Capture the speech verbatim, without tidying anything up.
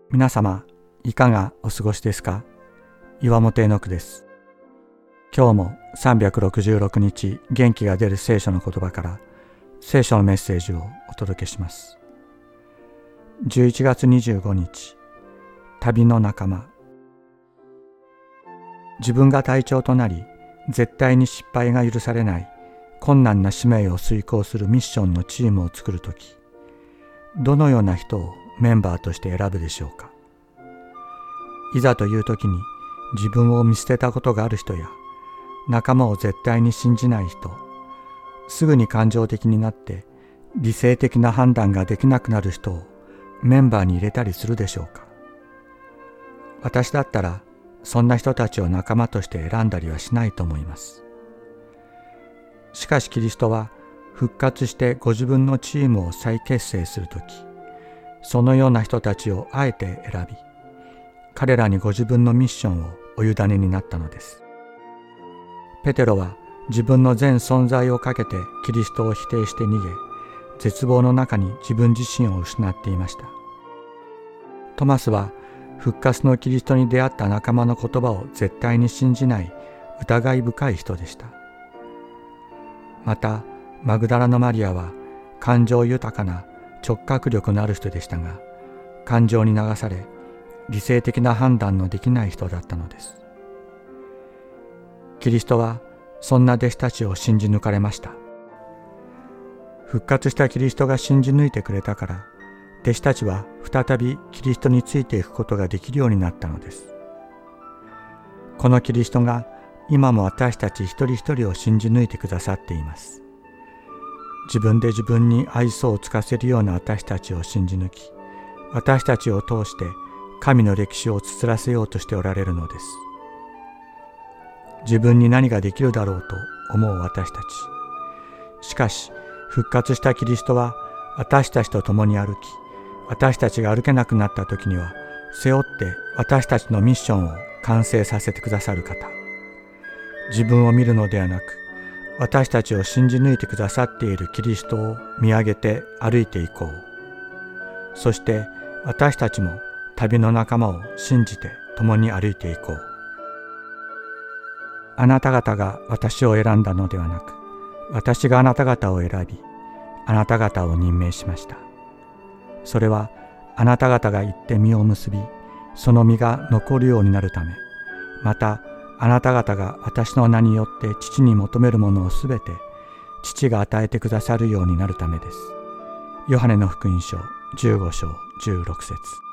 皆様いかがお過ごしですか？岩本絵の句です。今日もさんびゃくろくじゅうろくにち元気が出る聖書の言葉から聖書のメッセージをお届けします。じゅういちがつにじゅうごにち、旅の仲間。自分が隊長となり絶対に失敗が許されない困難な使命を遂行するミッションのチームを作るとき、どのような人をメンバーとして選ぶでしょうか。いざというときに自分を見捨てたことがある人や、仲間を絶対に信じない人、すぐに感情的になって理性的な判断ができなくなる人をメンバーに入れたりするでしょうか。私だったらそんな人たちを仲間として選んだりはしないと思います。しかしキリストは復活してご自分のチームを再結成するとき、そのような人たちをあえて選び、彼らにご自分のミッションをお委ねになったのです。ペテロは自分の全存在をかけてキリストを否定して逃げ、絶望の中に自分自身を失っていました。トマスは復活のキリストに出会った仲間の言葉を絶対に信じない疑い深い人でした。またマグダラのマリアは感情豊かな直覚力のある人でしたが、感情に流され理性的な判断のできない人だったのです。キリストはそんな弟子たちを信じ抜かれました。復活したキリストが信じ抜いてくれたから、弟子たちは再びキリストについていくことができるようになったのです。このキリストが今も私たち一人一人を信じ抜いてくださっています。自分で自分に愛想をつかせるような私たちを信じ抜き、私たちを通して神の歴史を綴らせようとしておられるのです。自分に何ができるだろうと思う私たち。しかし復活したキリストは私たちと共に歩き、私たちが歩けなくなった時には背負って私たちのミッションを完成させてくださる方。自分を見るのではなく、私たちを信じ抜いてくださっているキリストを見上げて歩いていこう。そして私たちも旅の仲間を信じて共に歩いていこう。あなた方が私を選んだのではなく、私があなた方を選び、あなた方を任命しました。それはあなた方が行って実を結び、その実が残るようになるため、またあなた方が私の名によって父に求めるものをすべて父が与えてくださるようになるためです。ヨハネの福音書じゅうごしょうじゅうろくせつ。